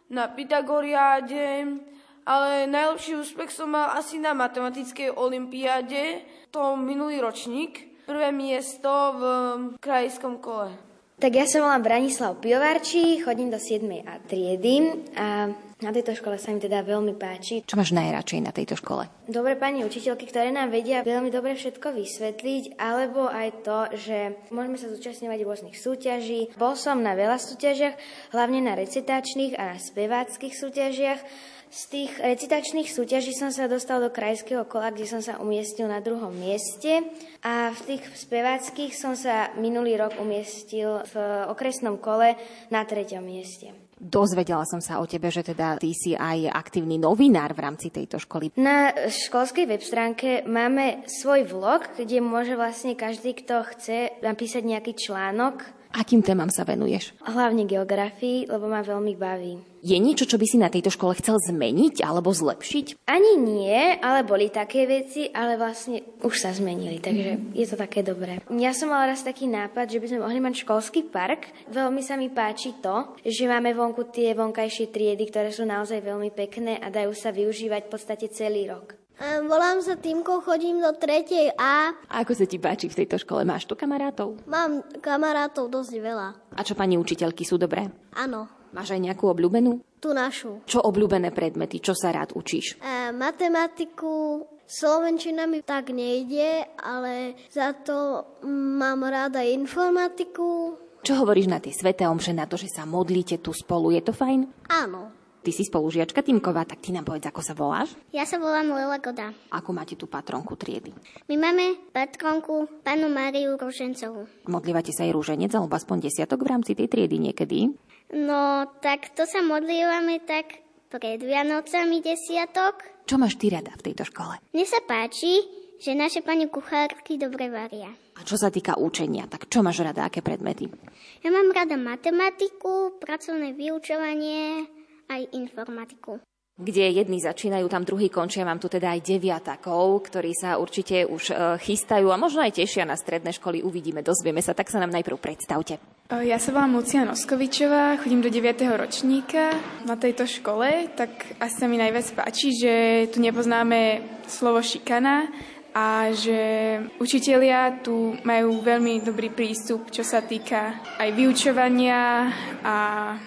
na Pythagoriáde, ale najlepší úspech som mal asi na matematickej olympiáde, to minulý ročník, prvé miesto v krajskom kole. Tak ja sa volám Branislav Pivovarčí, chodím do siedmej A triedy a na tejto škole sa mi teda veľmi páči. Čo máš najradšej na tejto škole? Dobré pani učiteľky, ktoré nám vedia veľmi dobre všetko vysvetliť, alebo aj to, že môžeme sa zúčastňovať rôznych súťaží. Bol som na veľa súťažiach, hlavne na recitačných a na speváckých súťažiach. Z tých recitačných súťaží som sa dostal do krajského kola, kde som sa umiestnil na druhom mieste a v tých speváckých som sa minulý rok umiestnil v okresnom kole na treťom mieste. Dozvedela som sa o tebe, že teda ty si aj aktívny novinár v rámci tejto školy. Na školskej web stránke máme svoj vlog, kde môže vlastne každý, kto chce napísať nejaký článok. Akým témam sa venuješ? Hlavne geografii, lebo ma veľmi baví. Je niečo, čo by si na tejto škole chcel zmeniť alebo zlepšiť? Ani nie, ale boli také veci, ale vlastne už sa zmenili, takže mm. je to také dobré. Ja som mala raz taký nápad, že by sme mohli mať školský park. Veľmi sa mi páči to, že máme vonku tie vonkajšie triedy, ktoré sú naozaj veľmi pekné a dajú sa využívať v podstate celý rok. Volám sa Týmko, chodím do tretej A. A ako sa ti páči v tejto škole? Máš tu kamarátov? Mám kamarátov dosť veľa. A čo pani učiteľky, sú dobré? Áno. Máš aj nejakú obľúbenú? Tú našu. Čo obľúbené predmety? Čo sa rád učíš? E, matematiku, slovenčina mi tak nejde, ale za to mám rada informatiku. Čo hovoríš na tie sväté omše, na to, že sa modlíte tu spolu? Je to fajn? Áno. Ty si spolužiačka Týmková, tak ty nám povedz, ako sa voláš? Ja sa volám Lela Goda. Ako máte tú patronku triedy? My máme patronku Pannu Máriu Ružencovú. Modlívate sa aj rúženec, alebo aspoň desiatok v rámci tej triedy niekedy? No, tak to sa modlívame tak pred Vianocami desiatok. Čo máš ty rada v tejto škole? Mne sa páči, že naše pani kuchárky dobre varia. A čo sa týka učenia, tak čo máš rada, aké predmety? Ja mám rada matematiku, pracovné vyučovanie, aj informatiku. Kde jedni začínajú, tam druhí končia. Mám tu teda aj deviatakov, ktorí sa určite už e, chystajú a možno aj tešia na stredné školy. Uvidíme, dozvieme sa. Tak sa nám najprv predstavte. Ja sa volám Lucia Noskovičová, chodím do deviateho ročníka na tejto škole. Tak asi sa mi najviac páči, že tu nepoznáme slovo šikana a že učitelia tu majú veľmi dobrý prístup, čo sa týka aj vyučovania a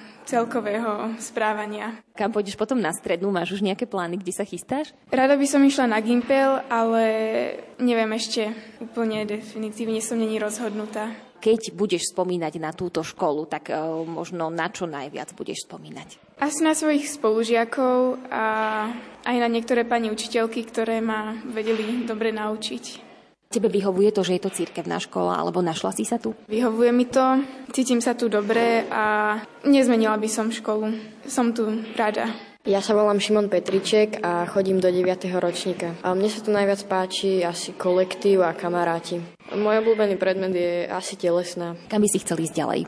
celkového správania. Kam pôjdeš potom na strednú? Máš už nejaké plány, kde sa chystáš? Rada by som išla na Gimpel, ale neviem ešte úplne definitívne, som není rozhodnutá. Keď budeš spomínať na túto školu, tak uh, možno na čo najviac budeš spomínať? Asi na svojich spolužiakov a aj na niektoré pani učiteľky, ktoré ma vedeli dobre naučiť. Tebe vyhovuje to, že je to cirkevná škola, alebo našla si sa tu? Vyhovuje mi to, cítim sa tu dobre a nezmenila by som školu. Som tu rada. Ja sa volám Šimon Petriček a chodím do deviateho ročníka. A mne sa tu najviac páči asi kolektív a kamaráti. Môj obľúbený predmet je asi telesná. Kam by si chcel ísť ďalej?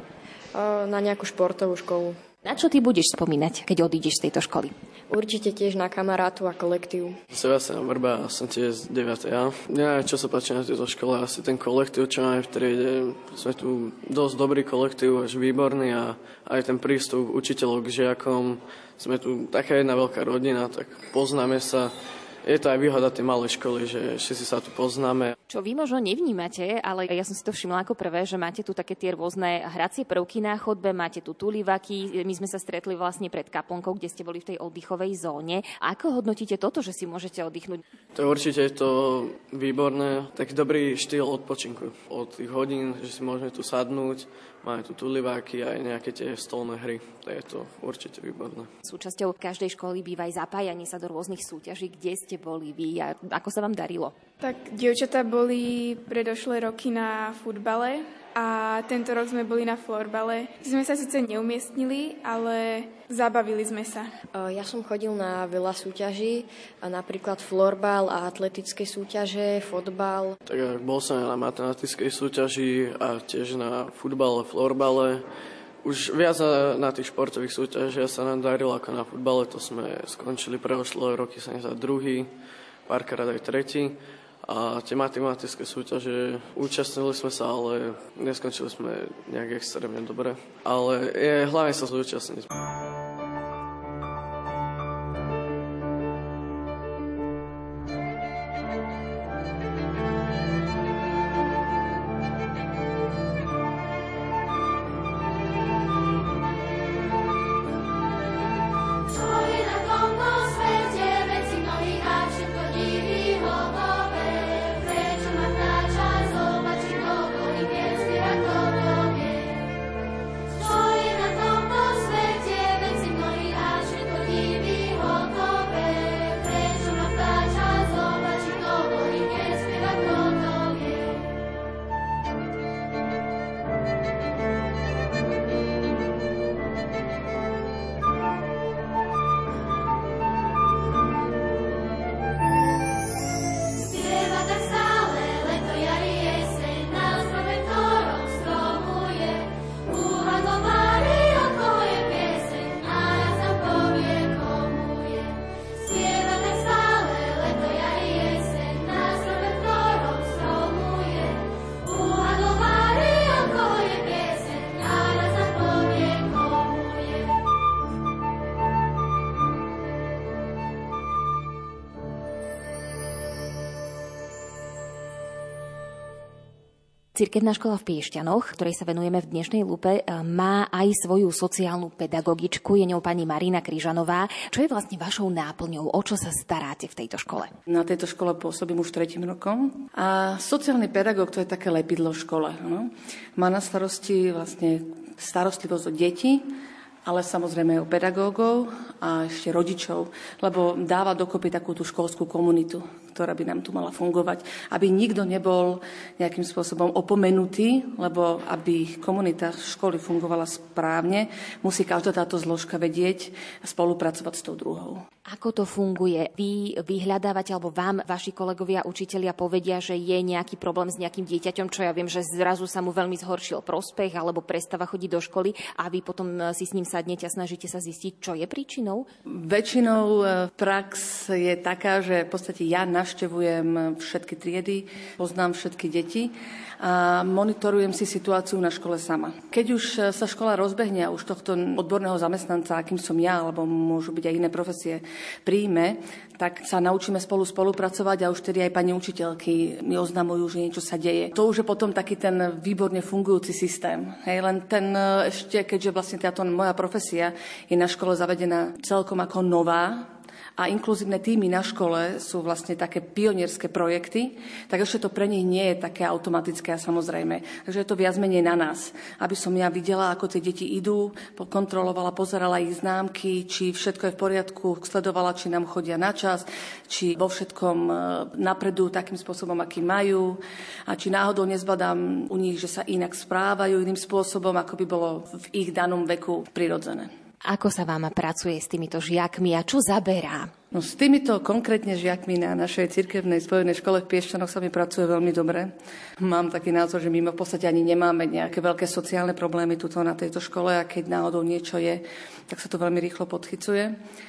Na nejakú športovú školu. Na čo ty budeš spomínať, keď odídeš z tejto školy? Určite tiež na kamarátu a kolektív. Sebastian Vrba, som tiež z deviatej A. Ja, čo sa páči na tejto škole, asi ten kolektív, čo máme v triede. Sme tu dosť dobrý kolektív, až výborný a aj ten prístup učiteľov k žiakom. Sme tu taká jedna veľká rodina, tak poznáme sa. Je to aj výhoda tej malej školy, že všetci sa tu poznáme. Čo vy možno nevnímate, ale ja som si to všimla ako prvé, že máte tu také tie rôzne hracie prvky na chodbe, máte tu tulivaky. My sme sa stretli vlastne pred kaplnkou, kde ste boli v tej oddychovej zóne. Ako hodnotíte toto, že si môžete oddychnúť? To určite je to výborné, taký dobrý štýl odpočinku. Od tých hodín, že si môžeme tu sadnúť, máme tu tuliváky a aj nejaké tie stolné hry. To je to určite výborné. Súčasťou každej školy býva aj zapájanie sa do rôznych súťaží. Kde ste boli vy a ako sa vám darilo? Tak dievčatá boli predošlé roky na futbale a tento rok sme boli na florbale. Sme sa síce neumiestnili, ale zabavili sme sa. Ja som chodil na veľa súťaží, napríklad florbal a atletické súťaže, fotbal. Tak bol som na matematickej súťaži a tiež na futbale, florbale. Už viac na, na tých športových súťažiach sa nám darilo ako na futbale. To sme skončili predošlé roky, sa za druhý, párkrát aj tretí. A tie matematické súťaže, účastnili sme sa, ale neskončili sme nejak extrémne dobre. Ale je hlavne sa zúčastniť. Cirkevná škola v Piešťanoch, ktorej sa venujeme v dnešnej lupe, má aj svoju sociálnu pedagogičku, je ňou pani Marina Kryžanová. Čo je vlastne vašou náplňou? O čo sa staráte v tejto škole? Na tejto škole pôsobím už tretím rokom. A sociálny pedagóg, to je také lepidlo v škole. No? Má na starosti vlastne starostlivosť o deti, ale samozrejme aj o pedagógov a ešte rodičov, lebo dáva dokopy takú tú školskú komunitu, ktorá by nám tu mala fungovať, aby nikto nebol nejakým spôsobom opomenutý, lebo aby komunita školy fungovala správne, musí každá táto zložka vedieť a spolupracovať s tou druhou. Ako to funguje? Vy vyhľadávate, alebo vám vaši kolegovia, učitelia povedia, že je nejaký problém s nejakým dieťaťom, čo ja viem, že zrazu sa mu veľmi zhoršil prospech alebo prestáva chodiť do školy a vy potom si s ním sadnete a snažíte sa zistiť, čo je príčinou? Väčšinou prax je taká, že v podstate ja navštevujem všetky triedy, poznám všetky deti a monitorujem si situáciu na škole sama. Keď už sa škola rozbehne a už tohto odborného zamestnanca, akým som ja, alebo môžu byť aj iné profesie, príjme, tak sa naučíme spolu spolupracovať a už tedy aj pani učiteľky mi oznamujú, že niečo sa deje. To už je potom taký ten výborne fungujúci systém. Hej, len ten ešte, keďže vlastne táto moja profesia je na škole zavedená celkom ako nová, a inkluzívne týmy na škole sú vlastne také pionierské projekty, tak ešte to pre nich nie je také automatické a samozrejme. Takže je to viac menej na nás. Aby som ja videla, ako tie deti idú, kontrolovala, pozerala ich známky, či všetko je v poriadku, sledovala, či nám chodia na čas, či vo všetkom napredujú takým spôsobom, aký majú a či náhodou nezbadám u nich, že sa inak správajú iným spôsobom, ako by bolo v ich danom veku prirodzené. Ako sa vám pracuje s týmito žiakmi a čo zaberá? No s týmito konkrétne žiakmi na našej cirkevnej spojenej škole v Piešťanoch sa mi pracuje veľmi dobre. Mám taký názor, že my v podstate ani nemáme nejaké veľké sociálne problémy tuto na tejto škole a keď náhodou niečo je, tak sa to veľmi rýchlo podchycuje.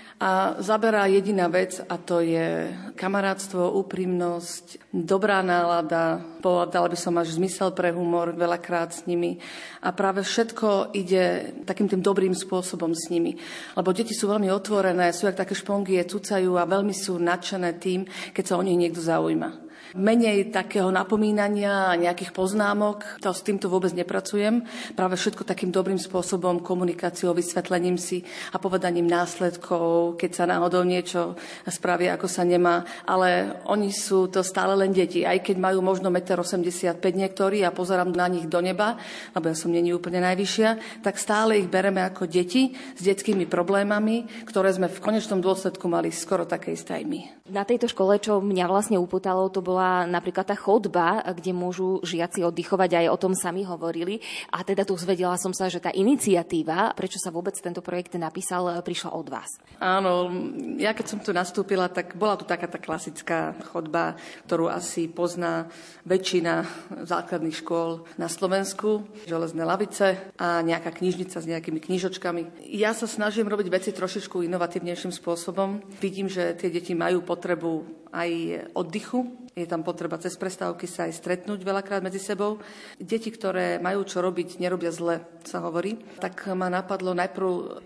A zaberá jediná vec a to je kamarátstvo, úprimnosť, dobrá nálada, povedala by som až zmysel pre humor veľakrát s nimi a práve všetko ide takým tým dobrým spôsobom s nimi. Lebo deti sú veľmi otvorené, sú jak také špongie, cucajú a veľmi sú nadšené tým, keď sa o nich niekto zaujíma. Menej takého napomínania a nejakých poznámok, to s týmto vôbec nepracujem. Práve všetko takým dobrým spôsobom, komunikáciou, vysvetlením si a povedaním následkov, keď sa náhodou niečo spraví, ako sa nemá. Ale oni sú to stále len deti, aj keď majú možno jeden osemdesiatpäť metra niektorí a pozerám na nich do neba, lebo ja som není úplne najvyššia, tak stále ich bereme ako deti s detskými problémami, ktoré sme v konečnom dôsledku mali skoro také isté aj my. Na tejto škole, čo mňa vlastne upútalo, to bola napríklad tá chodba, kde môžu žiaci oddychovať, aj o tom sami hovorili. A teda tu zvedela som sa, že tá iniciatíva, prečo sa vôbec tento projekt napísal, prišla od vás. Áno, ja keď som tu nastúpila, tak bola tu taká tá klasická chodba, ktorú asi pozná väčšina základných škôl na Slovensku. Železné lavice a nejaká knižnica s nejakými knižočkami. Ja sa snažím robiť veci trošičku inovatívnejším spôsobom. Vidím, že tie deti majú potrebu aj oddychu. Je tam potreba cez prestávky sa aj stretnúť veľakrát medzi sebou. Deti, ktoré majú čo robiť, nerobia zle, sa hovorí. Tak ma napadlo najprv,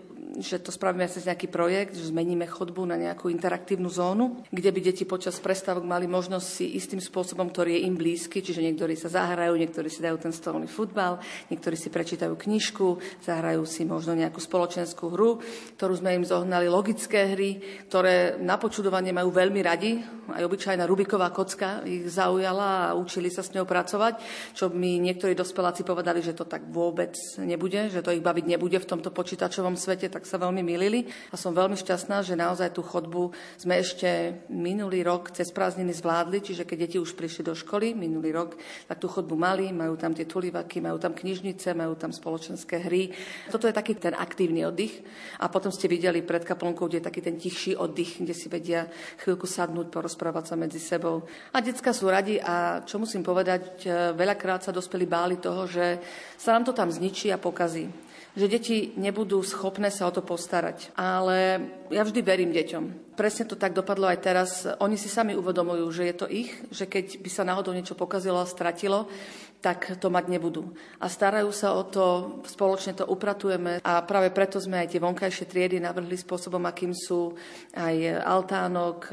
že to spravíme cez nejaký projekt, že zmeníme chodbu na nejakú interaktívnu zónu, kde by deti počas prestávok mali možnosť si istým spôsobom, ktorý je im blízky, čiže niektorí sa zahrajú, niektorí si dajú ten stolný futbal, niektorí si prečítajú knižku, zahrajú si možno nejakú spoločenskú hru, ktorú sme im zohnali, logické hry, ktoré na počudovanie majú veľmi radi. Aj obyčajná Rubiková kocka ich zaujala a učili sa s ňou pracovať, čo mi niektorí dospeláci povedali, že to tak vôbec nebude, že to ich baviť nebude v tomto počítačovom svete, tak sa veľmi milili a som veľmi šťastná, že naozaj tú chodbu sme ešte minulý rok cez prázdniny zvládli, čiže keď deti už prišli do školy minulý rok, tak tú chodbu mali, majú tam tie tulivaky, majú tam knižnice, majú tam spoločenské hry. Toto je taký ten aktívny oddych a potom ste videli pred kaplnkou, kde je taký ten tichší oddych, kde si vedia chvíľku sadnúť, porozprávať sa medzi sebou. A decká sú radi a čo musím povedať, veľakrát sa dospelí báli toho, že sa nám to tam zničí a pokazí. Že deti nebudú schopné sa o to postarať. Ale ja vždy verím deťom. Presne to tak dopadlo aj teraz. Oni si sami uvedomujú, že je to ich, že keď by sa náhodou niečo pokazilo a stratilo, tak to mať nebudú. A starajú sa o to, spoločne to upratujeme a práve preto sme aj tie vonkajšie triedy navrhli spôsobom, akým sú aj altánok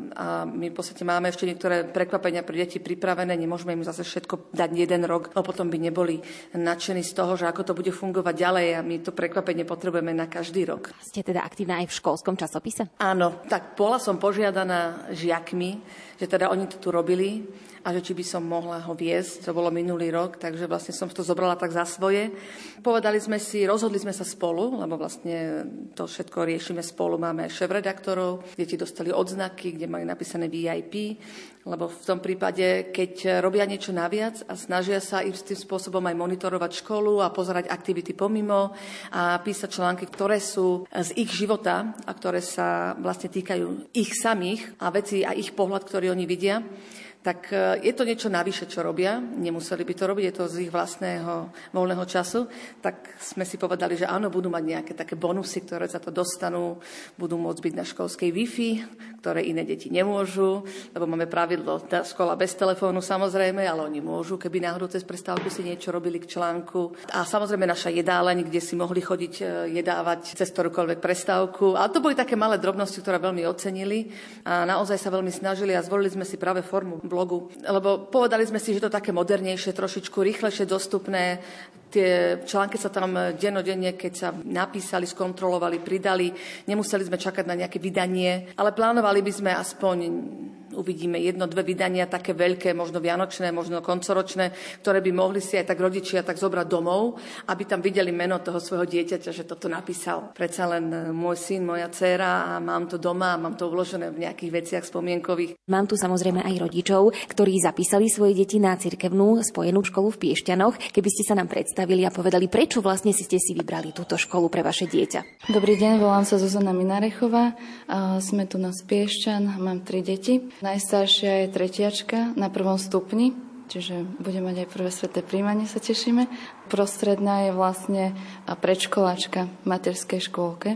a my v podstate máme ešte niektoré prekvapenia pre deti pripravené, nemôžeme im zase všetko dať jeden rok, lebo potom by neboli nadšení z toho, že ako to bude fungovať ďalej a my to prekvapenie potrebujeme na každý rok. Ste teda aktívna aj v školskom časopise? Áno, tak bola som požiadaná žiakmi, že teda oni to tu robili a že či by som mohla ho viesť. To bolo minulý rok, takže vlastne som to zobrala tak za svoje. Povedali sme si, rozhodli sme sa spolu, lebo vlastne to všetko riešime spolu. Máme aj šéfredaktorov, deti dostali odznaky, kde majú napísané vé í pé, lebo v tom prípade, keď robia niečo naviac a snažia sa im s tým spôsobom aj monitorovať školu a pozerať aktivity pomimo a písať články, ktoré sú z ich života a ktoré sa vlastne týkajú ich samých a veci a ich pohľad, ktorý oni vidia, tak je to niečo navyše, čo robia. Nemuseli by to robiť, je to z ich vlastného voľného času. Tak sme si povedali, že áno, budú mať nejaké také bonusy, ktoré za to dostanú. Budú môcť byť na školskej Wi-Fi, ktoré iné deti nemôžu, lebo máme pravidlo, tá škola bez telefónu samozrejme, ale oni môžu, keby náhodou cez prestávku si niečo robili k článku. A samozrejme naša jedáleň, kde si mohli chodiť jedávať cez ktorúkoľvek prestávku. A to boli také malé drobnosti, ktoré veľmi ocenili a naozaj sa veľmi snažili a zvolili sme si práve formu blogu, lebo povedali sme si, že to také modernejšie, trošičku rýchlejšie dostupné. Tie články sa tam dennodenne, keď sa napísali, skontrolovali, pridali. Nemuseli sme čakať na nejaké vydanie, ale plánovali by sme aspoň, uvidíme, jedno, dve vydania, také veľké, možno vianočné, možno koncoročné, ktoré by mohli si aj tak rodičia tak zobrať domov, aby tam videli meno toho svojho dieťaťa, že toto napísal. Predsa len môj syn, moja dcéra a mám to doma, mám to uložené v nejakých veciach spomienkových. Mám tu samozrejme aj rodičov, ktorí zapísali svoje deti na cirkevnú spojenú školu v Piešťanoch. Keby ste sa nám predstavili a povedali, prečo vlastne si ste si vybrali túto školu pre vaše dieťa. Dobrý deň, volám sa Zuzana Minarechová. Sme tu na Piešťan, mám tri deti. Najstaršia je tretiačka na prvom stupni, čiže bude mať aj prvé sväté príjmanie, sa tešíme. Prostredná je vlastne predškoláčka v materskej škôlke.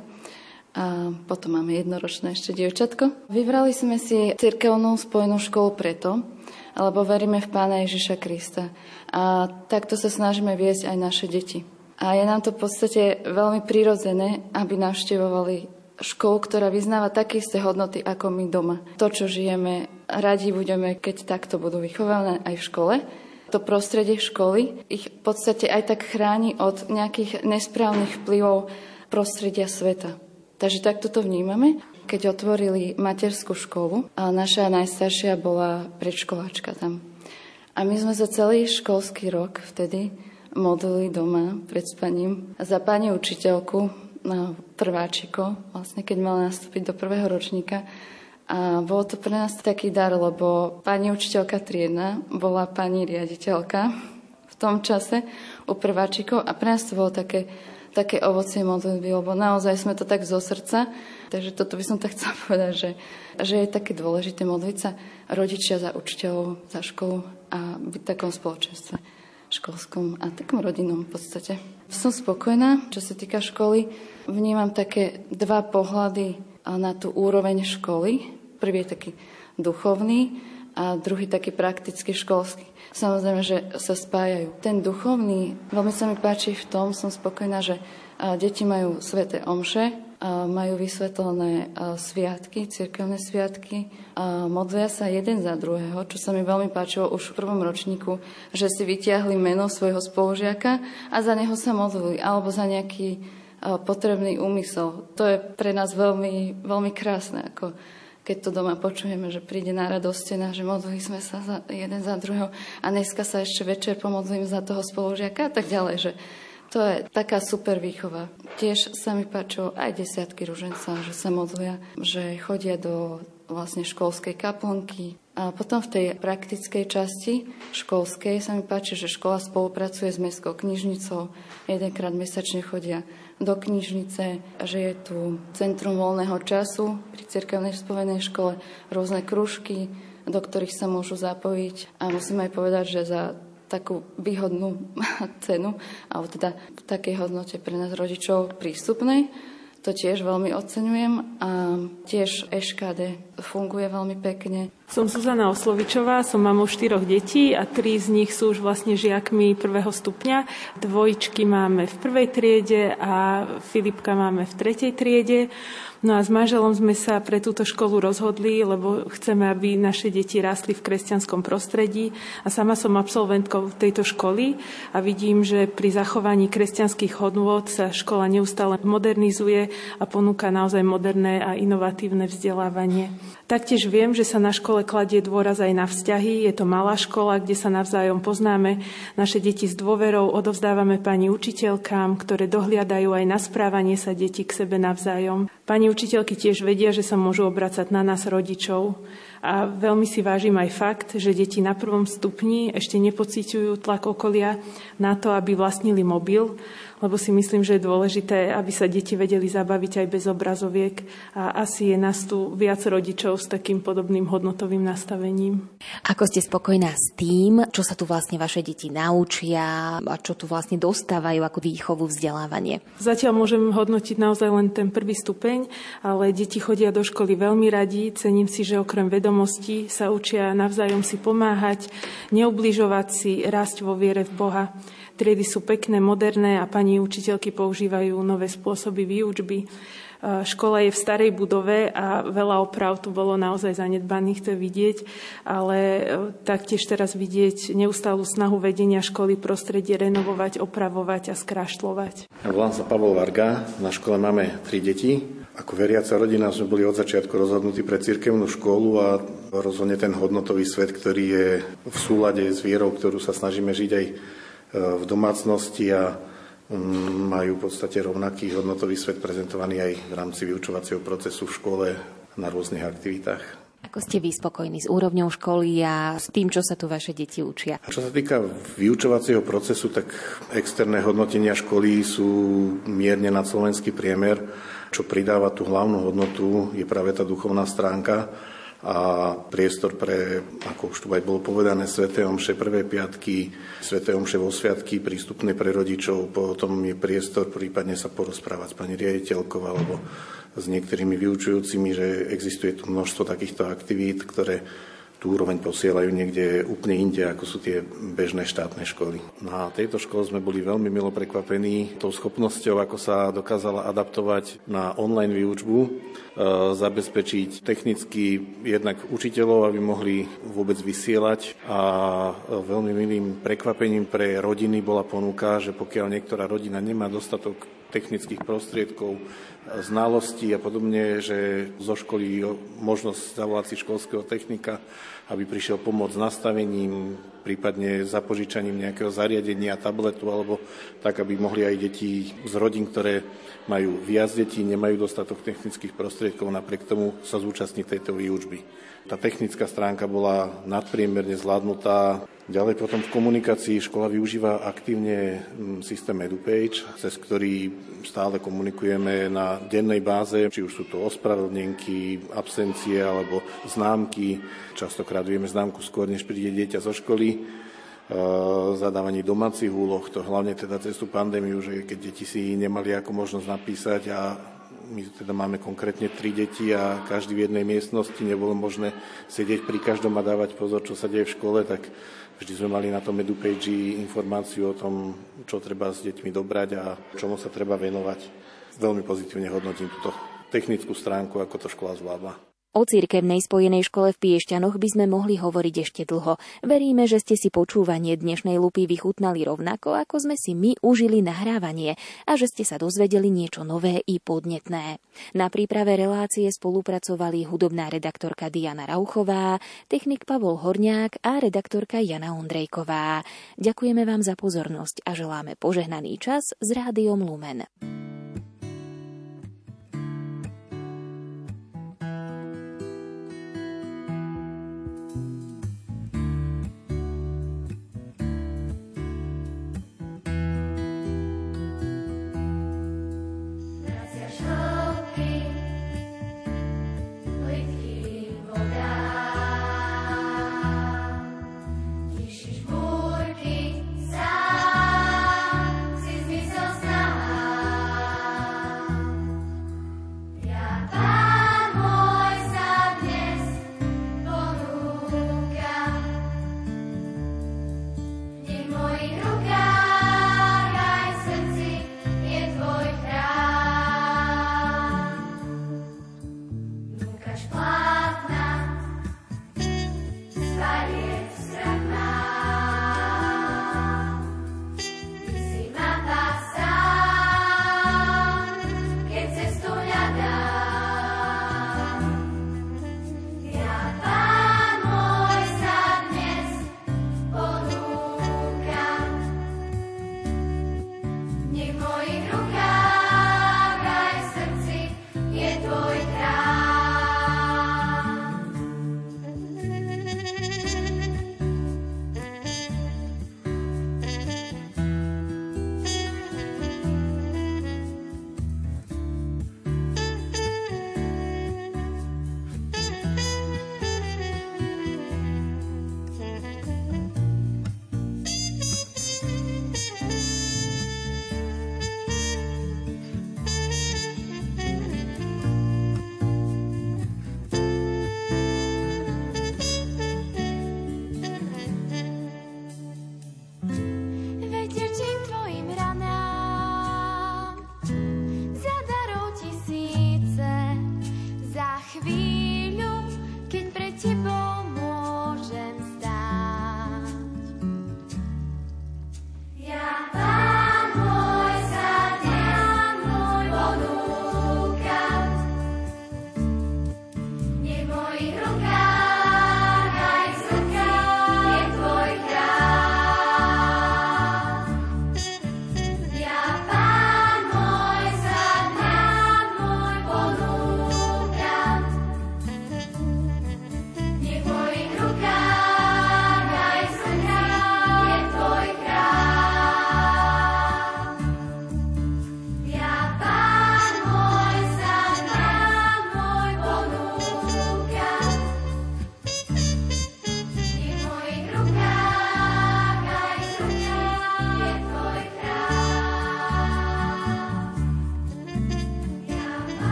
A potom máme jednoročné ešte dievčatko. Vybrali sme si cirkevnú spojenú školu preto, lebo veríme v Pána Ježiša Krista. A takto sa snažíme viesť aj naše deti. A je nám to v podstate veľmi prirodzené, aby navštevovali školu, ktorá vyznáva také isté hodnoty ako my doma. To, čo žijeme, radi budeme, keď takto budú vychované aj v škole. To prostredie školy ich v podstate aj tak chráni od nejakých nesprávnych vplyvov prostredia sveta. Takže takto to vnímame. Keď otvorili materskú školu, a naša najstaršia bola predškoláčka tam. A my sme za celý školský rok vtedy modlili doma pred spaním za pani učiteľku, na prváčiko, vlastne keď mala nastúpiť do prvého ročníka. A bolo to pre nás taký dar, lebo pani učiteľka triedna bola pani riaditeľka v tom čase u prváčikov a pre nás to bolo také, také ovocie modlitby, lebo naozaj sme to tak zo srdca. Takže toto by som tak chcela povedať, že, že je také dôležité modliť sa rodičia za učiteľov, za školu a byť v takom spoločenstve školskom a takom rodinnom v podstate. Som spokojná, čo sa týka školy. Vnímam také dva pohľady na tú úroveň školy. Prvý je taký duchovný a druhý taký prakticky školský. Samozrejme, že sa spájajú. Ten duchovný, veľmi sa mi páči v tom, som spokojná, že deti majú sväté omše, majú vysvetlené sviatky, cirkevné sviatky, modlia sa jeden za druhého, čo sa mi veľmi páčilo už v prvom ročníku, že si vytiahli meno svojho spolužiaka a za neho sa modlili, alebo za nejaký potrebný úmysel. To je pre nás veľmi, veľmi krásne, ako keď to doma počujeme, že príde nárad do stena, že modlili sme sa za jeden za druhého a dneska sa ešte večer pomodlím za toho spolužiaka a tak ďalej, že to je taká super výchova. Tiež sa mi páčilo aj desiatky ruženca, že sa modlia, že chodia do vlastne školskej kaplnky. A potom v tej praktickej časti školskej sa mi páči, že škola spolupracuje s mestskou knižnicou. Jedenkrát mesačne chodia do knižnice, že je tu centrum voľného času pri cirkevnej spojenej škole, rôzne kružky, do ktorých sa môžu zapojiť. A musím aj povedať, že za takú výhodnú cenu, alebo teda v takej hodnote pre nás rodičov prístupnej. To tiež veľmi oceňujem. A tiež é š ká dé funguje veľmi pekne. Som Zuzana Oslovičová, som mamou štyroch detí a tri z nich sú už vlastne žiakmi prvého stupňa. Dvojičky máme v prvej triede a Filipka máme v tretej triede. No a s manželom sme sa pre túto školu rozhodli, lebo chceme, aby naše deti rástli v kresťanskom prostredí. A sama som absolventkou tejto školy a vidím, že pri zachovaní kresťanských hodnôt sa škola neustále modernizuje a ponúka naozaj moderné a inovatívne vzdelávanie. Taktiež viem, že sa na škole kladie dôraz aj na vzťahy. Je to malá škola, kde sa navzájom poznáme. Naše deti s dôverou odovzdávame pani učiteľkám, ktoré dohliadajú aj na správanie sa detí k sebe navzájom. Pani učiteľky tiež vedia, že sa môžu obracať na nás rodičov. A veľmi si vážim aj fakt, že deti na prvom stupni ešte nepociťujú tlak okolia na to, aby vlastnili mobil, lebo si myslím, že je dôležité, aby sa deti vedeli zabaviť aj bez obrazoviek a asi je nás tu viac rodičov s takým podobným hodnotovým nastavením. Ako ste spokojná s tým, čo sa tu vlastne vaše deti naučia a čo tu vlastne dostávajú ako výchovu, vzdelávanie? Zatiaľ môžem hodnotiť naozaj len ten prvý stupeň, ale deti chodia do školy veľmi radi. Cením si, že okrem vedomostí sa učia navzájom si pomáhať, neubližovať si, rásť vo viere v Boha. Triedy sú pekné, moderné a pani učiteľky používajú nové spôsoby výučby. Škola je v starej budove a veľa oprav tu bolo naozaj zanedbaných, to je vidieť, ale taktiež teraz vidieť neustálu snahu vedenia školy prostredie renovovať, opravovať a skrášľovať. Volám sa Pavol Varga, na škole máme tri deti. Ako veriaca rodina sme boli od začiatku rozhodnutí pre cirkevnú školu a rozhodne ten hodnotový svet, ktorý je v súlade s vierou, ktorú sa snažíme žiť aj v domácnosti a majú v podstate rovnaký hodnotový svet prezentovaný aj v rámci vyučovacieho procesu v škole na rôznych aktivitách. Ako ste vy spokojní s úrovňou školy a s tým, čo sa tu vaše deti učia? A čo sa týka vyučovacieho procesu, tak externé hodnotenia školy sú mierne nad slovenský priemer. Čo pridáva tú hlavnú hodnotu, je práve tá duchovná stránka a priestor pre, ako už tu aj bolo povedané, sväté omše prvé piatky, sväté omše vo sviatky, prístupné pre rodičov, potom je priestor prípadne sa porozprávať s pani riaditeľkou alebo s niektorými vyučujúcimi, že existuje tu množstvo takýchto aktivít, ktoré tú úroveň posielajú niekde úplne inde, ako sú tie bežné štátne školy. Na tejto škole sme boli veľmi milo prekvapení tou schopnosťou, ako sa dokázala adaptovať na online výučbu, e, zabezpečiť technicky jednak učiteľov, aby mohli vôbec vysielať a veľmi milým prekvapením pre rodiny bola ponuka, že pokiaľ niektorá rodina nemá dostatok technických prostriedkov, znalostí a podobne, že zo školy možnosť zavolať si školského technika, aby prišiel pomôcť s nastavením, prípadne zapožičaním nejakého zariadenia, tabletu, alebo tak, aby mohli aj deti z rodín, ktoré majú viac detí, nemajú dostatok technických prostriedkov, napriek tomu sa zúčastniť tejto výučby. Tá technická stránka bola nadpriemerne zvládnutá. Ďalej potom v komunikácii škola využíva aktívne systém EduPage, cez ktorý stále komunikujeme na dennej báze, či už sú to ospravedlnenky, absencie alebo známky. Častokrát vieme známku skôr, než príde dieťa zo školy. Zadávanie domácich úloh, to hlavne teda cez tú pandémiu, že keď deti si nemali ako možnosť napísať a my teda máme konkrétne tri deti a každý v jednej miestnosti, nebolo možné sedieť pri každom a dávať pozor, čo sa deje v škole, tak vždy sme mali na tom EduPage informáciu o tom, čo treba s deťmi dobrať a čomu sa treba venovať. Veľmi pozitívne hodnotím túto technickú stránku, ako to škola zvládla. O cirkevnej spojenej škole v Piešťanoch by sme mohli hovoriť ešte dlho. Veríme, že ste si počúvanie dnešnej lupy vychutnali rovnako, ako sme si my užili nahrávanie a že ste sa dozvedeli niečo nové i podnetné. Na príprave relácie spolupracovali hudobná redaktorka Diana Rauchová, technik Pavol Horňák a redaktorka Jana Ondrejková. Ďakujeme vám za pozornosť a želáme požehnaný čas s Rádiom Lumen.